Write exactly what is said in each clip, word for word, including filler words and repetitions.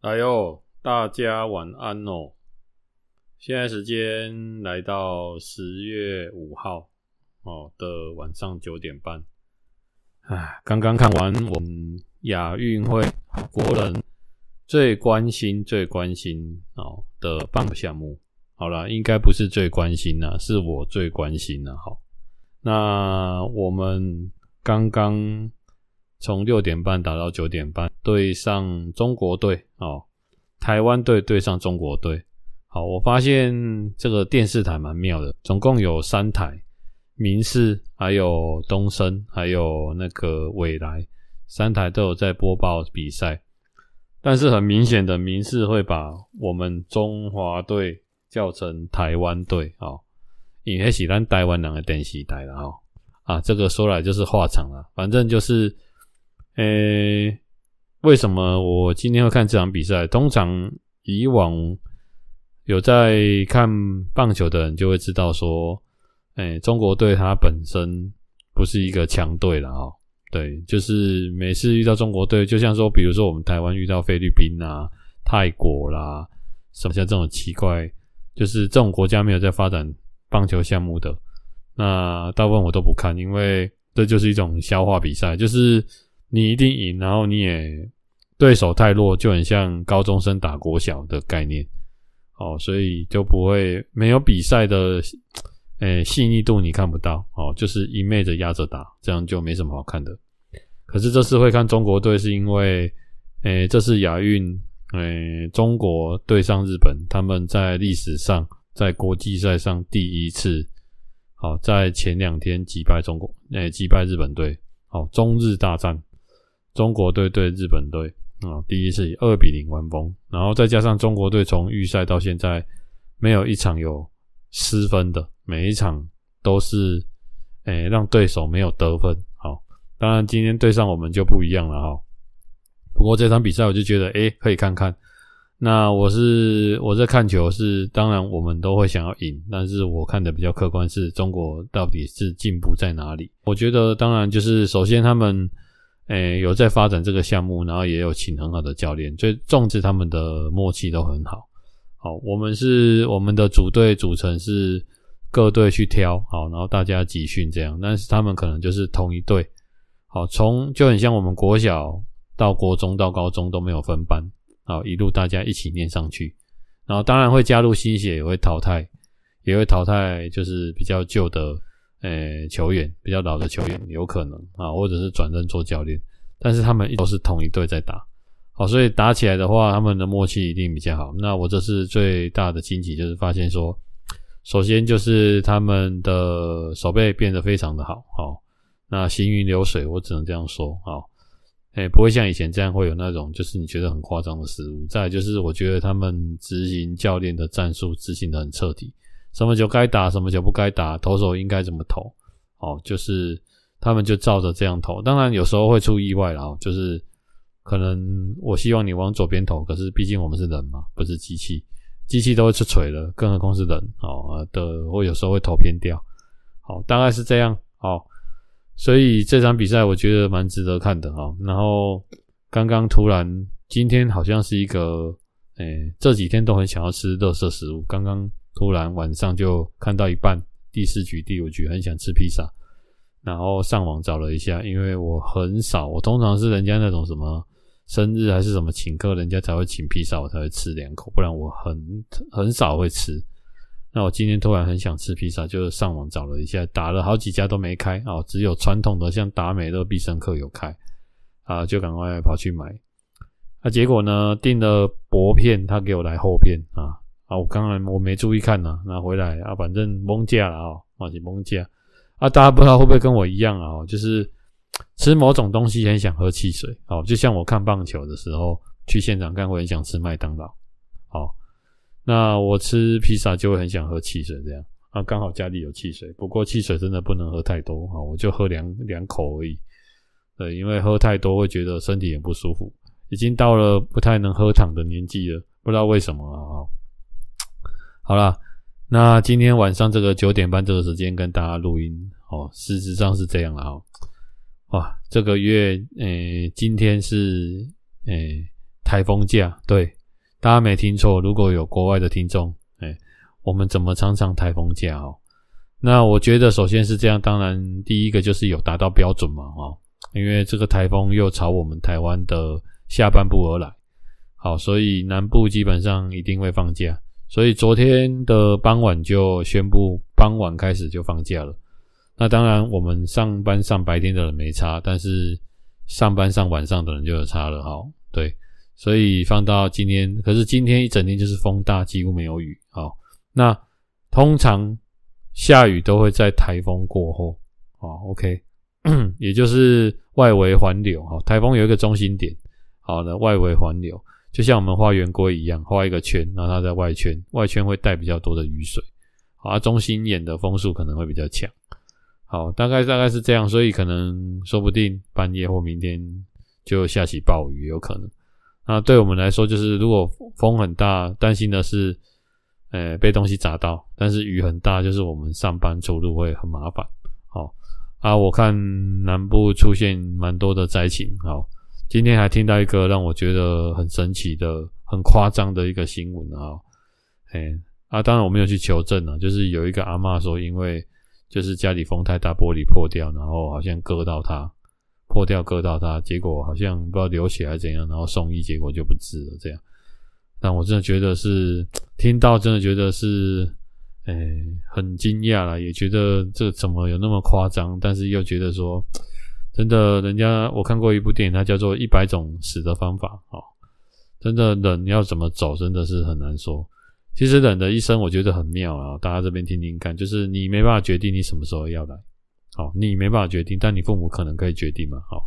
哎呦，大家晚安哦！现在时间来到十月五号哦的晚上九点半。唉，刚刚看完我们亚运会国人最关心、最关心哦的棒球项目。好啦，应该不是最关心啦，是我最关心啦。好，那我们刚刚从六点半打到九点半，对上中国队哦，台湾队对上中国队。好，我发现这个电视台蛮妙的，总共有三台，民视、还有东森、还有那个未来，三台都有在播报比赛。但是很明显的，民视会把我们中华队叫成台湾队哦，因为那是咱台湾人的电视台啦哦。啊，这个说来就是话长啦，反正就是诶，为什么我今天会看这场比赛？通常以往有在看棒球的人就会知道说，诶，中国队它本身不是一个强队啦齁。对，就是每次遇到中国队，就像说，比如说我们台湾遇到菲律宾啊、泰国啦，什么像这种奇怪，就是这种国家没有在发展棒球项目的，那大部分我都不看，因为这就是一种消化比赛，就是你一定赢，然后你也对手太弱，就很像高中生打国小的概念哦，所以就不会没有比赛的诶细腻度你看不到哦，就是一昧着压着打，这样就没什么好看的。可是这次会看中国队是因为诶这次亚运诶中国对上日本，他们在历史上在国际赛上第一次好在前两天击败中国诶击败日本队，好中日大战，中国队对日本队啊、哦，第一次以二比零完封，然后再加上中国队从预赛到现在没有一场有失分的，每一场都是诶让对手没有得分。好，当然今天对上我们就不一样了齁。不过这场比赛我就觉得诶可以看看。那我是我在看球是当然我们都会想要赢，但是我看的比较客观是中国到底是进步在哪里。我觉得当然就是首先他们诶有在发展这个项目，然后也有请很好的教练，所以重视他们的默契都很好。好，我们是我们的组队组成是各队去挑，好，然后大家集训这样，但是他们可能就是同一队，好，从就很像我们国小到国中到高中都没有分班，好，一路大家一起念上去，然后当然会加入新血，也会淘汰，也会淘汰就是比较旧的诶球员，比较老的球员有可能啊，或者是转任做教练，但是他们都是同一队在打。好，所以打起来的话，他们的默契一定比较好。那我这次最大的惊奇就是发现说，首先就是他们的守备变得非常的好，好，那行云流水，我只能这样说，好，诶，不会像以前这样会有那种就是你觉得很夸张的失误。再来就是我觉得他们执行教练的战术执行得很彻底，什么球该打，什么球不该打，投手应该怎么投，哦，就是他们就照着这样投。当然有时候会出意外啦，就是可能我希望你往左边投，可是毕竟我们是人嘛，不是机器，机器都会出锤了，更何况是人哦的，我有时候会投偏掉。好，大概是这样。好，所以这场比赛我觉得蛮值得看的哦。然后刚刚突然今天好像是一个诶这几天都很想要吃垃圾食物，刚刚突然晚上就看到一半，第四局第五局很想吃披萨，然后上网找了一下，因为我很少，我通常是人家那种什么生日还是什么请客，人家才会请披萨，我才会吃两口，不然我很很少会吃。那我今天突然很想吃披萨，就上网找了一下，打了好几家都没开哦，只有传统的像达美乐、必胜客有开啊，就赶快跑去买。啊，结果呢订了薄片，他给我来厚片啊啊，我刚才我没注意看啊，拿回来啊，反正蒙价了啊，嘛是蒙价啊，大家不知道会不会跟我一样啊，就是吃某种东西很想喝汽水，哦，就像我看棒球的时候去现场看会很想吃麦当劳，哦，那我吃披萨就会很想喝汽水这样啊，刚好家里有汽水，不过汽水真的不能喝太多啊，我就喝两两口而已，对，因为喝太多会觉得身体很不舒服，已经到了不太能喝糖的年纪了，不知道为什么啊。好啦，那今天晚上这个九点半这个时间跟大家录音哦，事实上是这样啦哦。哇，这个月诶今天是诶台风假，对，大家没听错，如果有国外的听众，哎，我们怎么常常台风假哦？那我觉得首先是这样，当然第一个就是有达到标准嘛，哦，因为这个台风又朝我们台湾的下半部而来，好，所以南部基本上一定会放假，所以昨天的傍晚就宣布傍晚开始就放假了。那当然我们上班上白天的人没差，但是上班上晚上的人就有差了，好，对，所以放到今天，可是今天一整天就是风大，几乎没有雨，好，那通常下雨都会在台风过后，好 ，OK， 也就是外围环流，好，台风有一个中心点，好的，外围环流，就像我们画圆规一样，画一个圈，然后它在外圈，外圈会带比较多的雨水，好，啊，中心眼的风速可能会比较强，好，大概大概是这样，所以可能说不定半夜或明天就下起暴雨，有可能。那对我们来说，就是如果风很大，担心的是呃，被东西砸到，但是雨很大，就是我们上班出路会很麻烦。好啊，我看南部出现蛮多的灾情。好，今天还听到一个让我觉得很神奇的、很夸张的一个新闻啊。哎啊，当然我没有去求证啊，就是有一个阿嬷说，因为就是家里风太大，玻璃破掉，然后好像割到她，破掉割到她，结果好像不知道流血还是怎样，然后送医，结果就不治了，这样。但我真的觉得是听到真的觉得是诶、欸、很惊讶啦，也觉得这怎么有那么夸张，但是又觉得说真的，人家我看过一部电影，它叫做一百种死的方法，哦，真的人要怎么走真的是很难说。其实人的一生我觉得很妙啊，大家这边听听看，就是你没办法决定你什么时候要来，好，你没办法决定，但你父母可能可以决定嘛，好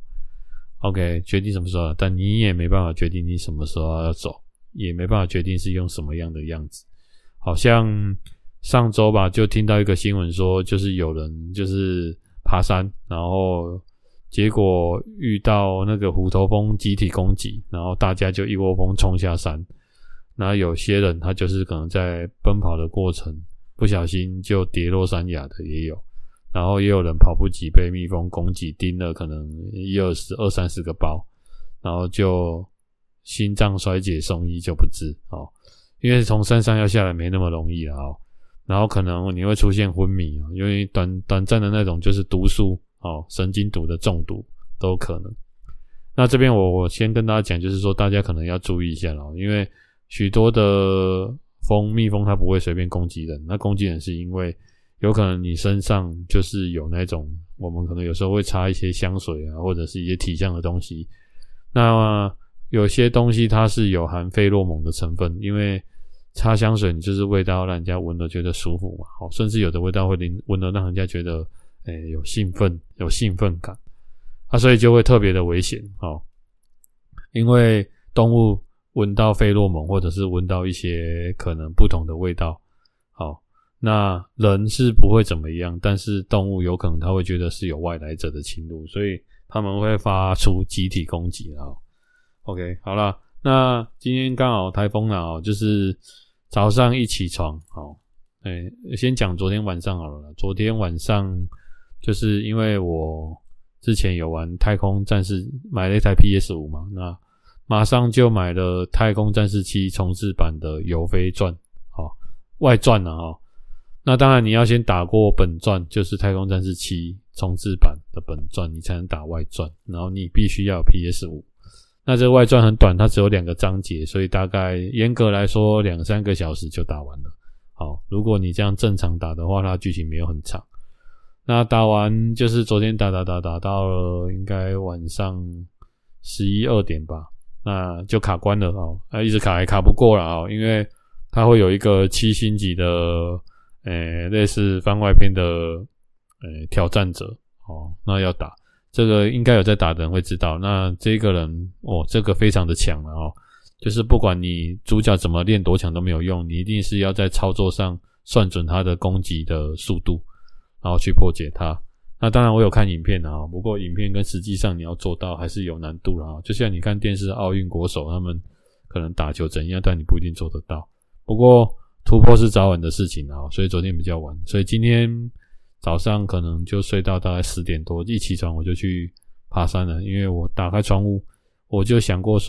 OK 决定什么时候，但你也没办法决定你什么时候要走，也没办法决定是用什么样的样子。好像上周吧，就听到一个新闻说，就是有人就是爬山，然后结果遇到那个虎头蜂集体攻击，然后大家就一窝蜂冲下山。那有些人他就是可能在奔跑的过程不小心就跌落山崖的也有，然后也有人跑步机被蜜蜂攻击叮了可能一二十二三十个包，然后就心脏衰竭送医就不治，哦，因为从山上要下来没那么容易啦，哦，然后可能你会出现昏迷，哦，因为短短暂的那种就是毒素，哦，神经毒的中毒都有可能。那这边我我先跟大家讲，就是说大家可能要注意一下啦，因为许多的蜂蜜蜂它不会随便攻击人，那攻击人是因为有可能你身上就是有那种我们可能有时候会擦一些香水啊，或者是一些体香的东西，那有些东西它是有含费洛蒙的成分，因为擦香水你就是味道让人家闻了觉得舒服嘛，好，甚至有的味道会闻了让人家觉得诶有兴奋有兴奋感啊，所以就会特别的危险，哦，因为动物闻到费洛蒙或者是闻到一些可能不同的味道，好，那人是不会怎么样，但是动物有可能他会觉得是有外来者的侵入，所以他们会发出集体攻击啦。OK 好啦，那今天刚好台风啦，哦，就是早上一起床，好，欸，先讲昨天晚上好了啦。昨天晚上就是因为我之前有玩太空战士，买了一台 P S 五 嘛，那马上就买了太空战士七重置版的游飞传，好，外传啊，哦，那当然你要先打过本传，就是太空战士七重置版的本传，你才能打外传，然后你必须要有 P S 五。那这个外传很短，它只有两个章节，所以大概严格来说两三个小时就打完了。好，如果你这样正常打的话，它剧情没有很长。那打完就是昨天打打打打到了应该晚上十一二点吧，那就卡关了哦，啊，一直卡还卡不过了哦，因为它会有一个七星级的诶类似番外篇的诶挑战者哦，那要打。这个应该有在打的人会知道，那这个人哦，这个非常的强了哦，就是不管你主角怎么练多强都没有用，你一定是要在操作上算准他的攻击的速度，然后去破解它。那当然我有看影片啊，不过影片跟实际上你要做到还是有难度啦，就像你看电视奥运国手他们可能打球怎样，但你不一定做得到。不过突破是早晚的事情啊，所以昨天比较晚，所以今天早上可能就睡到大概十点多，一起床我就去爬山了。因为我打开窗户，我就想过说，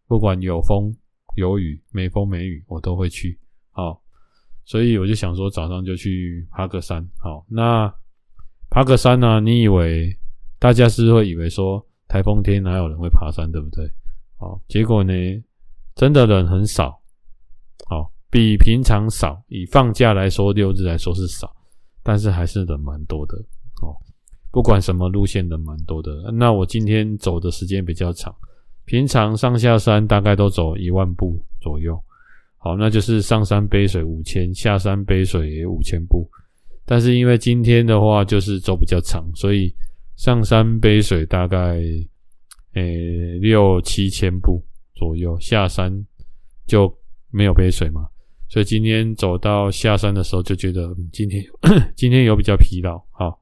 不管有风有雨，没风没雨，我都会去。好，所以我就想说早上就去爬个山。好，那爬个山呢、啊，你以为大家是会以为说台风天哪有人会爬山，对不对？好，结果呢，真的人很少。好，比平常少，以放假来说，六日来说是少，但是还是人蛮多的。哦，不管什么路线人蛮多的。那我今天走的时间比较长，平常上下山大概都走一万步左右。好，那就是上山背水五千，下山背水也五千步。但是因为今天的话就是走比较长，所以上山背水大概诶六七千步左右，下山就没有背水嘛，所以今天走到下山的时候就觉得、嗯、今天今天有比较疲劳。好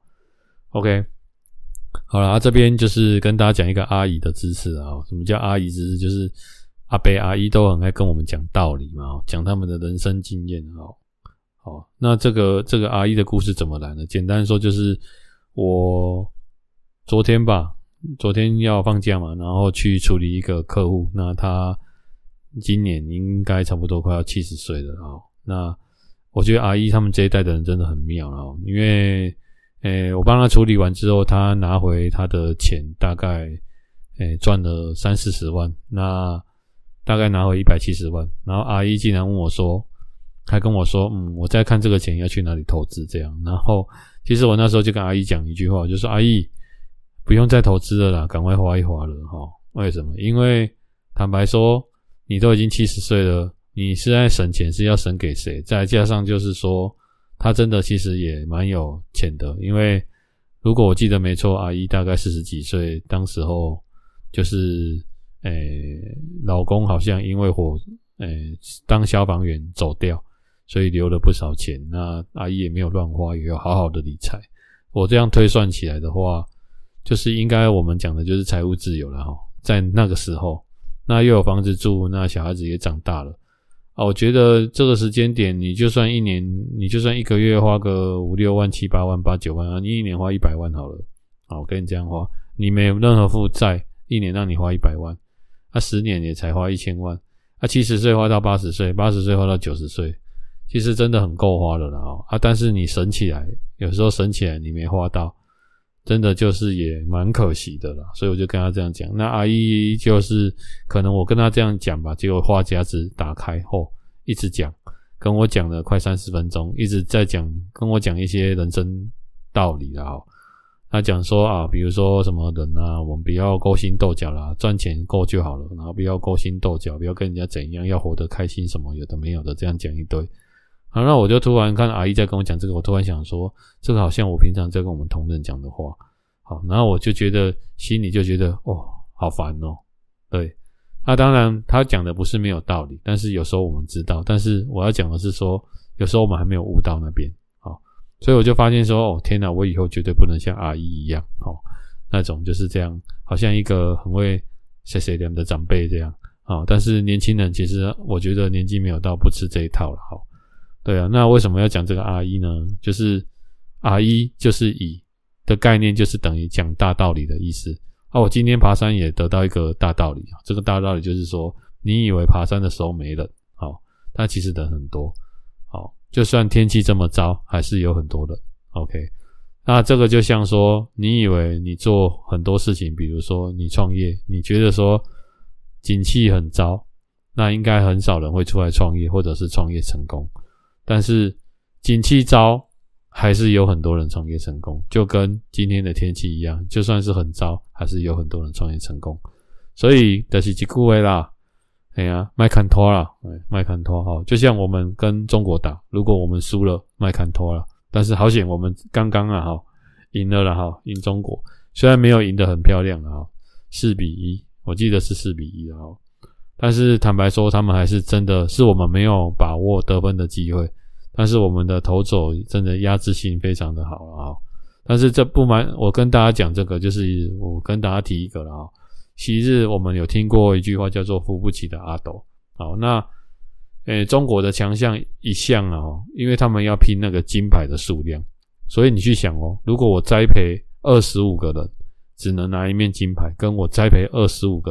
OK 好了、啊、这边就是跟大家讲一个阿姨的知识啊。什么叫阿姨知识？就是阿伯阿姨都很爱跟我们讲道理嘛，讲他们的人生经验。好好，那这个这个阿姨的故事怎么来呢？简单说就是我昨天吧昨天要放假嘛，然后去处理一个客户，那他今年应该差不多快要七十岁了啊。那我觉得阿姨他们这一代的人真的很妙啊，因为诶我帮他处理完之后，他拿回他的钱大概诶赚了三四十万，那大概拿回一百七十万。然后阿姨竟然问我说，还跟我说嗯我在看这个钱要去哪里投资这样。然后其实我那时候就跟阿姨讲一句话，就是阿姨不用再投资了啦，赶快花一花了齁。为什么？因为坦白说你都已经七十岁了，你是在省钱是要省给谁？再加上就是说他真的其实也蛮有钱的，因为如果我记得没错，阿姨大概四十几岁，当时候就是诶老公好像因为火诶当消防员走掉，所以留了不少钱。那阿姨也没有乱花，也有好好的理财。我这样推算起来的话，就是应该我们讲的就是财务自由了齁。在那个时候，那又有房子住，那小孩子也长大了啊。我觉得这个时间点，你就算一年，你就算一个月花个五六万、七八万、八九万啊，你一年花一百万好了。好，我跟你这样花，你没有任何负债，一年让你花一百万，啊，十年也才花一千万，啊，七十岁花到八十岁，八十岁花到九十岁，其实真的很够花了啦啊。但是你省起来，有时候省起来你没花到，真的就是也蛮可惜的啦。所以我就跟他这样讲。那阿姨就是可能我跟他这样讲吧，结果话匣子打开后一直讲，跟我讲了快三十分钟，一直在讲，跟我讲一些人生道理啦齁。他讲说啊，比如说什么人啊，我们不要勾心斗角啦，赚钱够就好了，然后不要勾心斗角，不要跟人家怎样，要活得开心什么有的没有的，这样讲一堆。好，那我就突然看阿姨在跟我讲这个，我突然想说，这个好像我平常在跟我们同仁讲的话。好，然后我就觉得心里就觉得哦，好烦哦。对，那当然他讲的不是没有道理，但是有时候我们知道，但是我要讲的是说，有时候我们还没有悟到那边。好，所以我就发现说，哦天哪，我以后绝对不能像阿姨一样，好，那种就是这样，好像一个很会谁谁凉的长辈这样。好，但是年轻人其实我觉得年纪没有到不吃这一套了。好。对啊，那为什么要讲这个阿姨呢？就是阿姨就是以的概念就是等于讲大道理的意思啊。我今天爬山也得到一个大道理，这个大道理就是说，你以为爬山的时候没人，好，但其实人很多，好，就算天气这么糟，还是有很多人。OK， 那这个就像说，你以为你做很多事情，比如说你创业，你觉得说景气很糟，那应该很少人会出来创业，或者是创业成功。但是景气糟还是有很多人创业成功，就跟今天的天气一样，就算是很糟还是有很多人创业成功。所以就是一句话啦，哎呀，别看拖啦，别看拖齁。就像我们跟中国打，如果我们输了，别看拖啦。但是好险我们刚刚啊齁赢了啦齁，赢中国，虽然没有赢得很漂亮啊，四比一，我记得是四比一齁。但是坦白说，他们还是真的是我们没有把握得分的机会，但是我们的投手真的压制性非常的好了啊。但是这不瞒我跟大家讲，这个就是我跟大家提一个了啊。昔日我们有听过一句话叫做扶不起的阿斗。好，那诶中国的强项一项啊，因为他们要拼那个金牌的数量，所以你去想哦，如果我栽培二十五个人只能拿一面金牌，跟我栽培二十五个人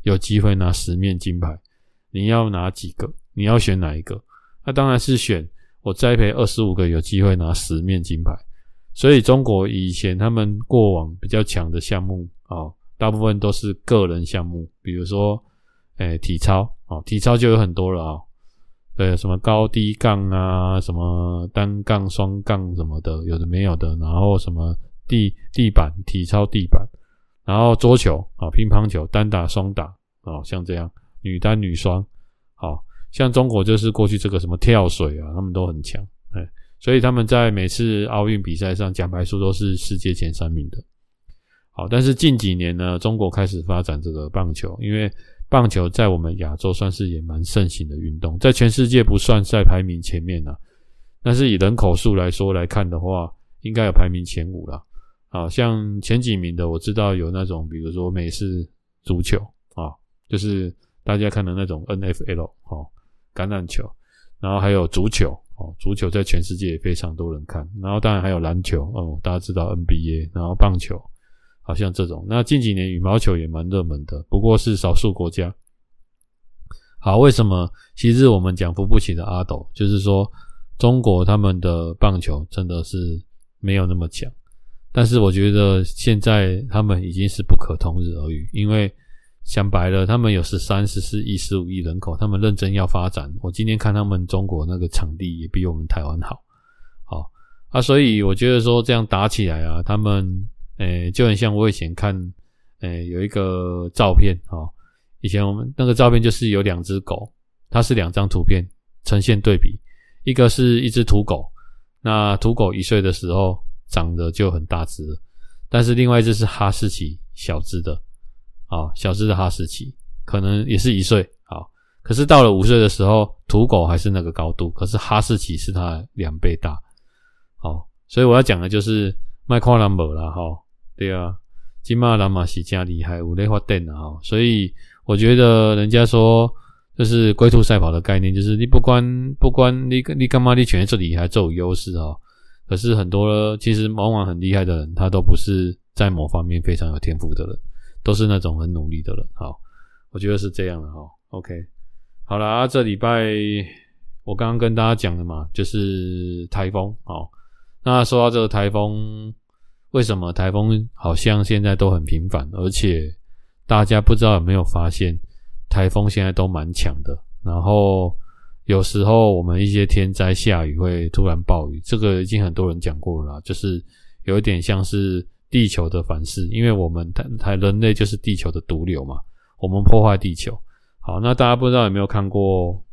有机会拿十面金牌，你要拿几个？你要选哪一个？那当然是选我栽培二十五个有机会拿十面金牌。所以中国以前他们过往比较强的项目哦，大部分都是个人项目，比如说诶体操哦，体操就有很多了啊、哦，对，什么高低杠啊，什么单杠、双杠什么的，有的没有的，然后什么地地板、体操地板，然后桌球啊、哦、乒乓球、单打、双打哦，像这样女单、女双，好、哦，像中国就是过去这个什么跳水啊，他们都很强，哎。所以他们在每次奥运比赛上奖牌数都是世界前三名的。好，但是近几年呢，中国开始发展这个棒球，因为棒球在我们亚洲算是也蛮盛行的运动，在全世界不算在排名前面啊，但是以人口数来说来看的话，应该有排名前五啦。好，像前几名的我知道有那种比如说美式足球啊，就是大家看的那种 N F L 哦，橄榄球，然后还有足球。哦，足球在全世界也非常多人看，然后当然还有篮球哦，大家知道 N B A， 然后棒球，好像这种。那近几年羽毛球也蛮热门的，不过是少数国家。好，为什么？其实我们讲扶不起的阿斗，就是说中国他们的棒球真的是没有那么强，但是我觉得现在他们已经是不可同日而语，因为讲白了，他们有十三、十四亿、十五亿人口，他们认真要发展。我今天看他们中国那个场地也比我们台湾好，好啊，所以我觉得说这样打起来啊，他们诶就很像我以前看诶有一个照片哦，以前我们那个照片就是有两只狗，它是两张图片呈现对比，一个是一只土狗，那土狗一岁的时候长得就很大只了，但是另外一只是哈士奇小只的。好，小只的哈士奇可能也是一岁，好，可是到了五岁的时候，土狗还是那个高度，可是哈士奇是它两倍大，好，所以我要讲的就是卖看人无啦，齁，对啊，现在人嘛是真厉害，有在发展啦，齁，所以我觉得人家说就是龟兔赛跑的概念，就是你不管不管你你干嘛你选在这里还就有优势齁，可是很多其实往往很厉害的人，他都不是在某方面非常有天赋的人。都是那种很努力的人，好，我觉得是这样的齁 ，OK， 好啦、啊，这礼拜我刚刚跟大家讲的嘛，就是台风，好，那说到这个台风，为什么台风好像现在都很频繁，而且大家不知道有没有发现，台风现在都蛮强的，然后有时候我们一些天灾下雨会突然暴雨，这个已经很多人讲过了啦，就是有一点像是地球的反噬，因为我们台人类就是地球的毒瘤嘛，我们破坏地球。好，那大家不知道有没有看过，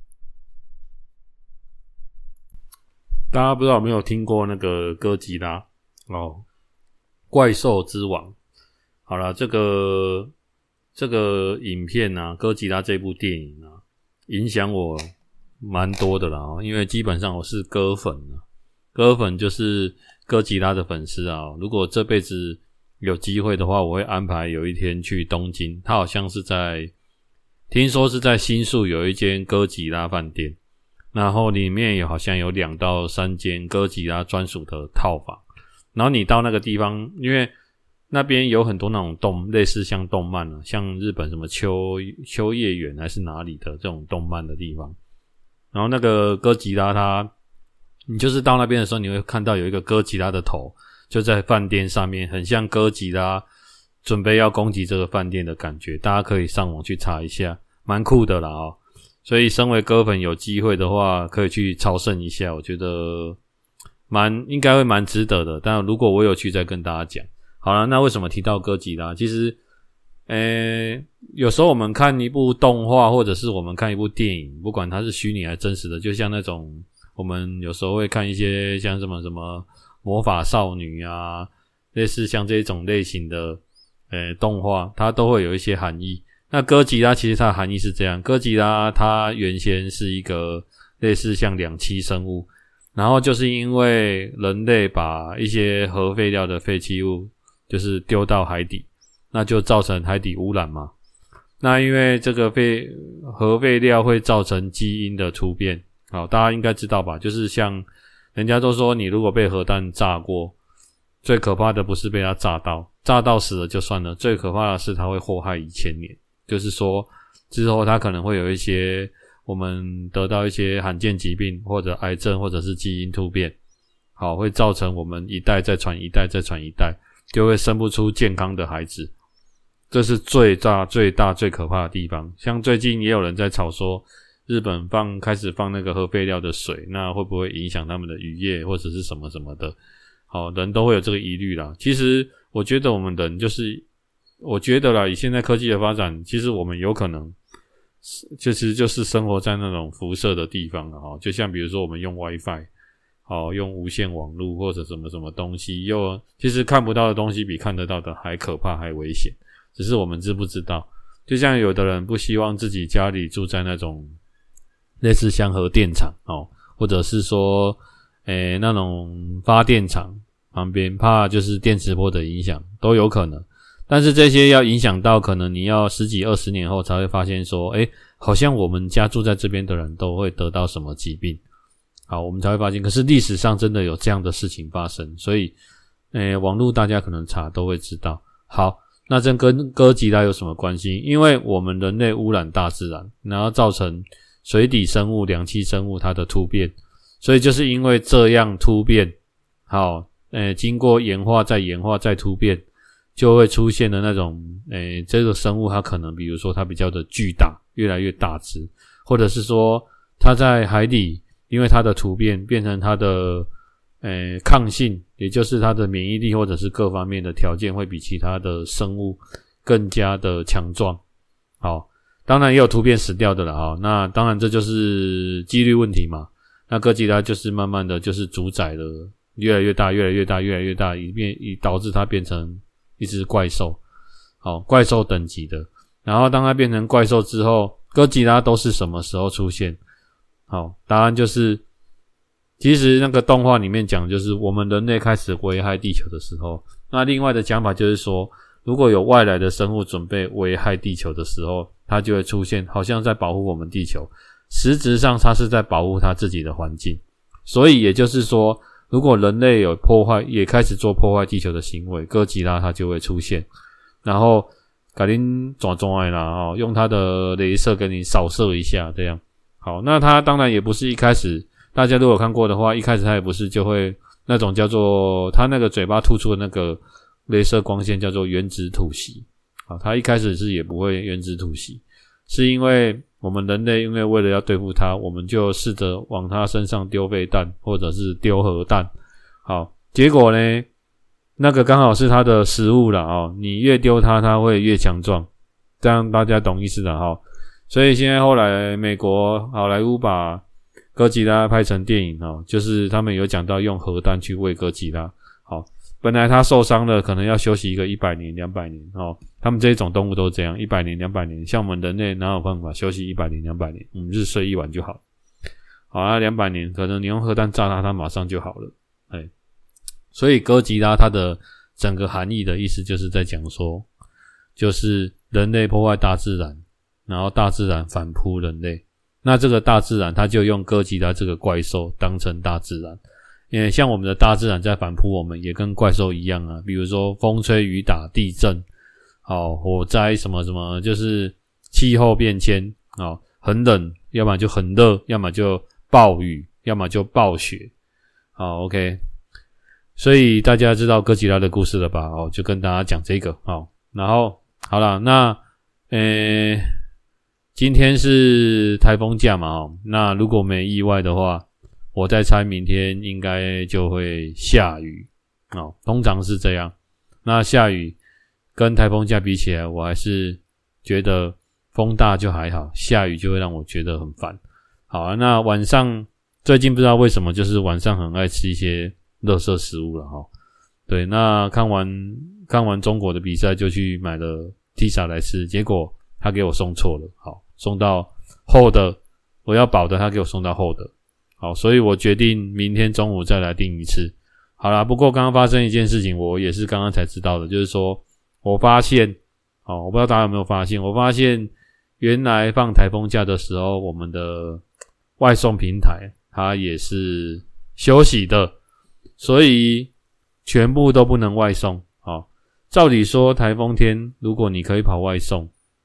大家不知道有没有听过那个哥吉拉哦，怪兽之王。好啦，这个这个影片啊，哥吉拉这部电影啊，影响我蛮多的啦，因为基本上我是哥粉啊，哥粉就是哥吉拉的粉丝啊，如果这辈子有机会的话，我会安排有一天去东京，他好像是在听说是在新宿有一间哥吉拉饭店，然后里面有好像有两到三间哥吉拉专属的套房，然后你到那个地方，因为那边有很多那种动类似像动漫啊，像日本什么秋秋叶原还是哪里的这种动漫的地方，然后那个哥吉拉它你就是到那边的时候，你会看到有一个哥吉拉的头就在饭店上面，很像哥吉拉准备要攻击这个饭店的感觉，大家可以上网去查一下，蛮酷的啦哦。所以身为哥粉有机会的话可以去朝圣一下，我觉得蛮应该会蛮值得的，但如果我有去再跟大家讲。好啦，那为什么提到哥吉拉？其实诶有时候我们看一部动画或者是我们看一部电影，不管它是虚拟还是真实的，就像那种我们有时候会看一些像什么什么魔法少女啊，类似像这种类型的诶动画，它都会有一些含义。那哥吉拉其实它的含义是这样，哥吉拉它原先是一个类似像两栖生物，然后就是因为人类把一些核废料的废弃物就是丢到海底，那就造成海底污染嘛。那因为这个废核废料会造成基因的突变，好，大家应该知道吧，就是像人家都说你如果被核弹炸过，最可怕的不是被它炸到，炸到死了就算了，最可怕的是它会祸害一千年， 就是说之后它可能会有一些我们得到一些罕见疾病或者癌症或者是基因突变，好，会造成我们一代再传一代再传一代，就会生不出健康的孩子。这是最大最大最可怕的地方。像最近也有人在吵说日本放开始放那个核废料的水，那会不会影响他们的渔业或者是什么什么的，好，人都会有这个疑虑啦。其实我觉得我们人就是我觉得啦，以现在科技的发展，其实我们有可能就其实就是生活在那种辐射的地方了，就像比如说我们用 Wi-Fi， 好，用无线网络或者什么什么东西，又其实看不到的东西比看得到的还可怕还危险，只是我们知不知道。就像有的人不希望自己家里住在那种类似像核电厂哦，或者是说诶那种发电厂旁边，怕就是电磁波的影响都有可能。但是这些要影响到可能你要十几二十年后才会发现说，诶好像我们家住在这边的人都会得到什么疾病，好，我们才会发现。可是历史上真的有这样的事情发生，所以诶网络大家可能查都会知道。好，那这跟哥吉拉有什么关系？因为我们人类污染大自然，然后造成水底生物、两栖生物它的突变，所以就是因为这样突变，好，诶经过演化再演化再突变，就会出现的那种诶这个生物它可能比如说它比较的巨大，越来越大只，或者是说它在海底因为它的突变变成它的诶抗性，也就是它的免疫力或者是各方面的条件会比其他的生物更加的强壮。好，当然也有突变死掉的了啊，那当然这就是几率问题嘛。那哥吉拉就是慢慢的就是主宰了越来越大越来越大越来越大，以变以导致它变成一只怪兽，好，怪兽等级的。然后当它变成怪兽之后，哥吉拉都是什么时候出现？好，答案就是其实那个动画里面讲就是我们人类开始危害地球的时候。那另外的讲法就是说，如果有外来的生物准备危害地球的时候，它就会出现好像在保护我们地球，实质上它是在保护它自己的环境。所以也就是说，如果人类有破坏，也开始做破坏地球的行为，哥吉拉它就会出现，然后给你抓抓来啦，哦，用它的雷射给你扫射一下，这样。好，那它当然也不是一开始，大家如果有看过的话，一开始它也不是就会那种叫做它那个嘴巴突出的那个雷射光线叫做原子吐息。好，它一开始是也不会原子吐息，是因为我们人类因为为了要对付它，我们就试着往它身上丢飞弹或者是丢核弹。好，结果呢，那个刚好是它的食物啦哦，你越丢它它会越强壮，这样大家懂意思了齁。所以现在后来美国好莱坞把哥吉拉拍成电影齁，就是他们有讲到用核弹去喂哥吉拉。好，本来它受伤了可能要休息一个一百年两百年齁，他们这种动物都这样一百年两百年，像我们人类哪有办法休息一百年两百年，我们日睡一晚就好。好啊，两百年可能你用核弹炸它它马上就好了。哎，所以哥吉拉它的整个含义的意思就是在讲说，就是人类破坏大自然，然后大自然反扑人类，那这个大自然它就用哥吉拉这个怪兽当成大自然。因为像我们的大自然在反扑我们也跟怪兽一样啊，比如说风吹雨打地震，好，火灾什么什么，就是气候变迁，好，很冷要么就很热，要么就暴雨，要么就暴雪。好 OK， 所以大家知道哥吉拉的故事了吧？哦，就跟大家讲这个。好，然后好啦，那呃今天是台风假嘛，哦，那如果没意外的话，我在猜明天应该就会下雨。哦，通常是这样。那下雨跟台风假比起来，我还是觉得风大就还好，下雨就会让我觉得很烦。好啊，那晚上最近不知道为什么就是晚上很爱吃一些垃圾食物了齁。对，那看完看完中国的比赛就去买了披萨来吃，结果他给我送错了，好，送到厚的，我要薄的他给我送到厚的。好，所以我决定明天中午再来订一次。好啦，不过刚刚发生一件事情，我也是刚刚才知道的，就是说我发现，哦，我不知道大家有没有发现，我发现原来放台风假的时候，我们的外送平台它也是休息的，所以全部都不能外送。好，照理说台风天如果你可以跑外送，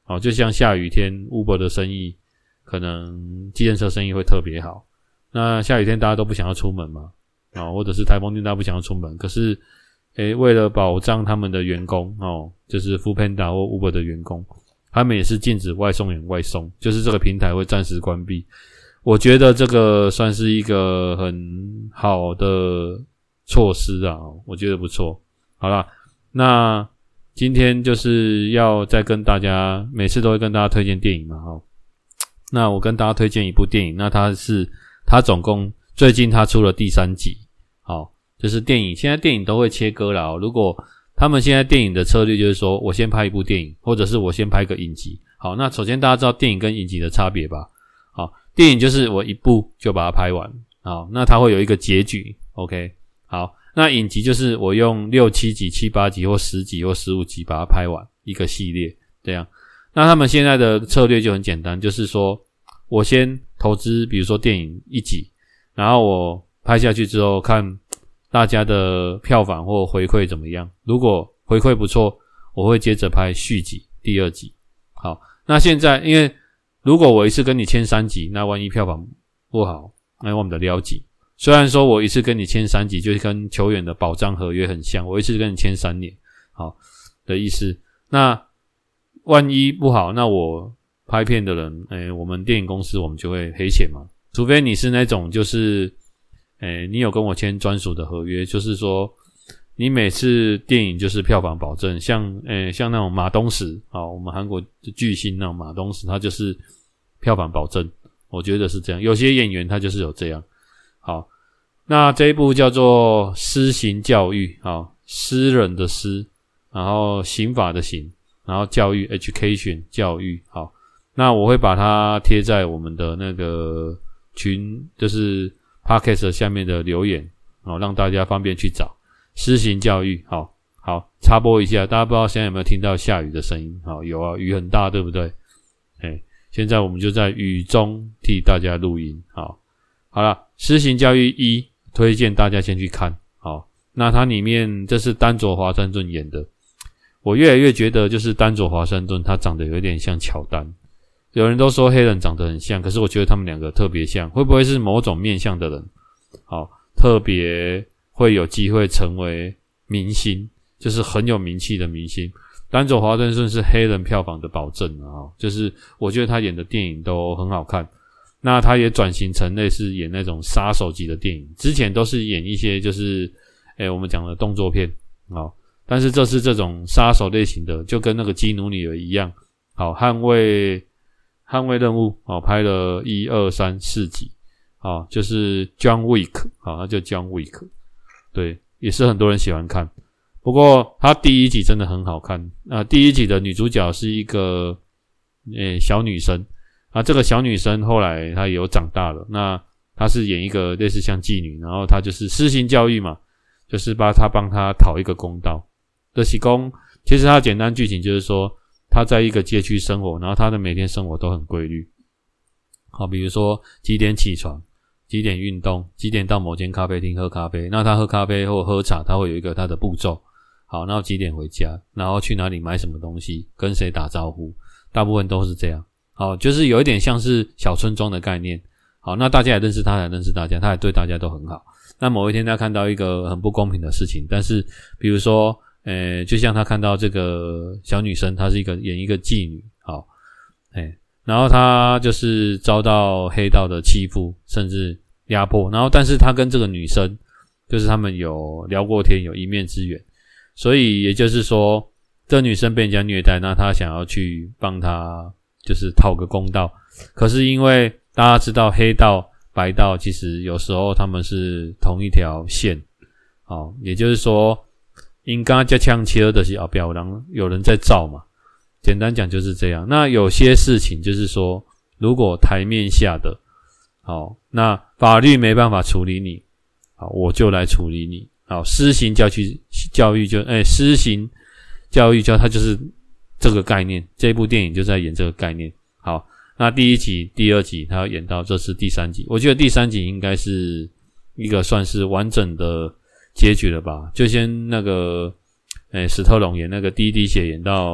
好，就像下雨天 Uber 的生意，可能计程车生意会特别好。那下雨天大家都不想要出门嘛，哦，或者是台风天大家不想要出门，可是诶，为了保障他们的员工哦，就是 Foodpanda 或 Uber 的员工，他们也是禁止外送员外送，就是这个平台会暂时关闭。我觉得这个算是一个很好的措施啊，我觉得不错。好啦，那今天就是要再跟大家，每次都会跟大家推荐电影嘛，齁。那我跟大家推荐一部电影，那它是它总共最近它出了第三集，好，就是电影现在电影都会切割啦，如果他们现在电影的策略就是说我先拍一部电影，或者是我先拍个影集。好，那首先大家知道电影跟影集的差别吧？好，电影就是我一部就把它拍完，好，那它会有一个结局 ，OK。好，那影集就是我用六七集、七八集或十集或十五集把它拍完一个系列，这样。那他们现在的策略就很简单，就是说我先投资，比如说电影一集，然后我拍下去之后看大家的票房或回馈怎么样。如果回馈不错，我会接着拍续集，第二集。好，那现在因为如果我一次跟你签三集，那万一票房不好，那我们的了解。虽然说我一次跟你签三集，就是跟球员的保障合约很像，我一次跟你签三年，好的意思。那万一不好，那我拍片的人，诶，我们电影公司我们就会赔钱嘛。除非你是那种就是，诶，你有跟我签专属的合约，就是说你每次电影就是票房保证，像诶像那种马东石，好，我们韩国的巨星那种马东石，他就是票房保证，我觉得是这样。有些演员他就是有这样。好，那这一部叫做私刑教育，好，私人的私，然后刑法的刑，然后教育 education 教育，好，那我会把它贴在我们的那个群，就是 podcast 下面的留言，好，让大家方便去找私刑教育。好，好，插播一下，大家不知道现在有没有听到下雨的声音？好，有啊，雨很大，对不对？哎，现在我们就在雨中替大家录音。好，好啦，私刑教育一推荐大家先去看。好，那它里面这是丹佐华盛顿演的，我越来越觉得就是丹佐华盛顿他长得有点像乔丹。有人都说黑人长得很像，可是我觉得他们两个特别像，会不会是某种面向的人？好，特别会有机会成为明星，就是很有名气的明星。丹佐华盛顿是黑人票房的保证啊，就是我觉得他演的电影都很好看。那他也转型成类似演那种杀手级的电影，之前都是演一些就是诶我们讲的动作片，好，但是这次这种杀手类型的，就跟那个基努里维一样，好，捍卫捍卫任务，好，拍了一二三四集，好，就是 John Wick， 好，那就 John Wick， 对，也是很多人喜欢看。不过他第一集真的很好看，那第一集的女主角是一个诶小女生。啊，这个小女生后来她有长大了，那她是演一个类似像妓女，然后她就是私刑教育嘛，就是帮她帮她讨一个公道。这是公，其实她的简单剧情就是说，她在一个街区生活，然后她的每天生活都很规律。好，比如说几点起床，几点运动，几点到某间咖啡厅喝咖啡，那她喝咖啡或喝茶，她会有一个她的步骤。好，然后几点回家，然后去哪里买什么东西，跟谁打招呼，大部分都是这样。好，就是有一点像是小村庄的概念。好，那大家也认识他，也认识大家，他也对大家都很好。那某一天他看到一个很不公平的事情，但是比如说，呃，就像他看到这个小女生，她是一个演一个妓女，好，哎，然后她就是遭到黑道的欺负，甚至压迫，然后但是他跟这个女生，就是他们有聊过天，有一面之缘，所以也就是说，这女生被人家虐待，那他想要去帮她。就是讨个公道，可是因为大家知道黑道白道其实有时候他们是同一条线，好，也就是说应该加枪切的是后面有人有人在造嘛，简单讲就是这样。那有些事情就是说如果台面下的好，那法律没办法处理你，好，我就来处理你，好，施行教育教育就诶施行教育教它就是这个概念，这部电影就在演这个概念。好，那第一集、第二集，他要演到这是第三集，我觉得第三集应该是一个算是完整的结局了吧？就先那个，诶，史特龙演那个第一滴血演到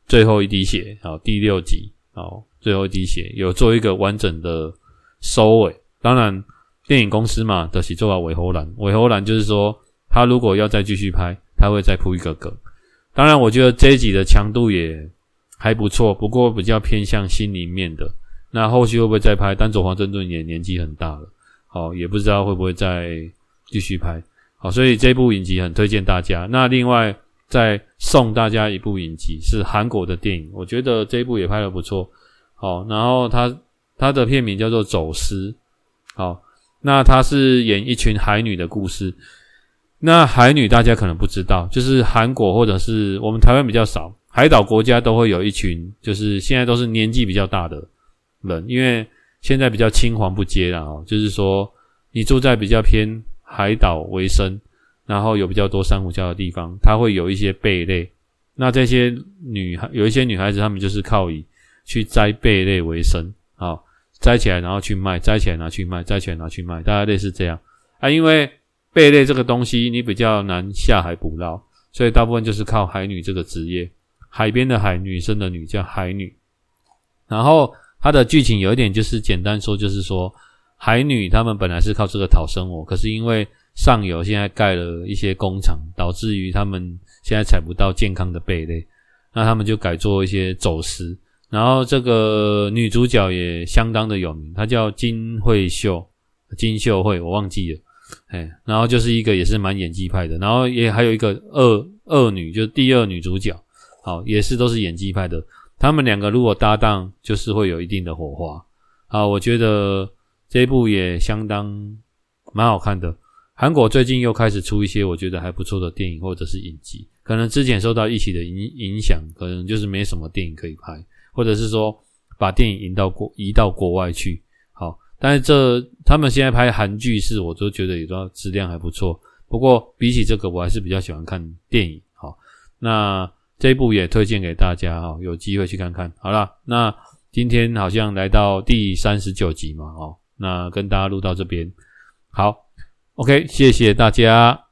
最后一滴血，好，第六集，好，最后一滴血有做一个完整的收尾。当然，电影公司嘛，就是做到尾后栏，尾后栏就是说，他如果要再继续拍，他会再铺一个梗。当然，我觉得这一集的强度也还不错，不过比较偏向心里面的。那后续会不会再拍？丹佐华盛顿也年纪很大了，好，也不知道会不会再继续拍。好，所以这部影集很推荐大家。那另外再送大家一部影集，是韩国的电影，我觉得这一部也拍得不错。好，然后它它的片名叫做《走私》。好，那它是演一群海女的故事。那海女大家可能不知道，就是韩国或者是我们台湾比较少，海岛国家都会有一群，就是现在都是年纪比较大的人，因为现在比较青黄不接啦齁，就是说你住在比较偏海岛为生，然后有比较多珊瑚礁的地方，它会有一些贝类。那这些女孩有一些女孩子，她们就是靠以去摘贝类为生，好，摘起来然后去卖，摘起来拿去卖，摘起来拿去卖，大概类似这样啊。因为贝类这个东西你比较难下海捕捞，所以大部分就是靠海女这个职业，海边的海，女生的女叫海女。然后它的剧情有一点就是简单说，就是说海女她们本来是靠这个讨生活，可是因为上游现在盖了一些工厂，导致于他们现在采不到健康的贝类，那他们就改做一些走私。然后这个女主角也相当的有名，她叫金惠秀，金秀惠我忘记了，嘿，然后就是一个也是蛮演技派的，然后也还有一个二二女，就是第二女主角，好，也是都是演技派的。他们两个如果搭档，就是会有一定的火花。好，我觉得这一部也相当蛮好看的。韩国最近又开始出一些我觉得还不错的电影或者是影集，可能之前受到疫情的影影响，可能就是没什么电影可以拍，或者是说把电影移到国移到国外去。好，但是这他们现在拍韩剧是我都觉得有的质量还不错，不过比起这个我还是比较喜欢看电影。好，那这一部也推荐给大家，齁，有机会去看看。好啦，那今天好像来到第三十九集嘛，齁，那跟大家录到这边。好 ，OK， 谢谢大家。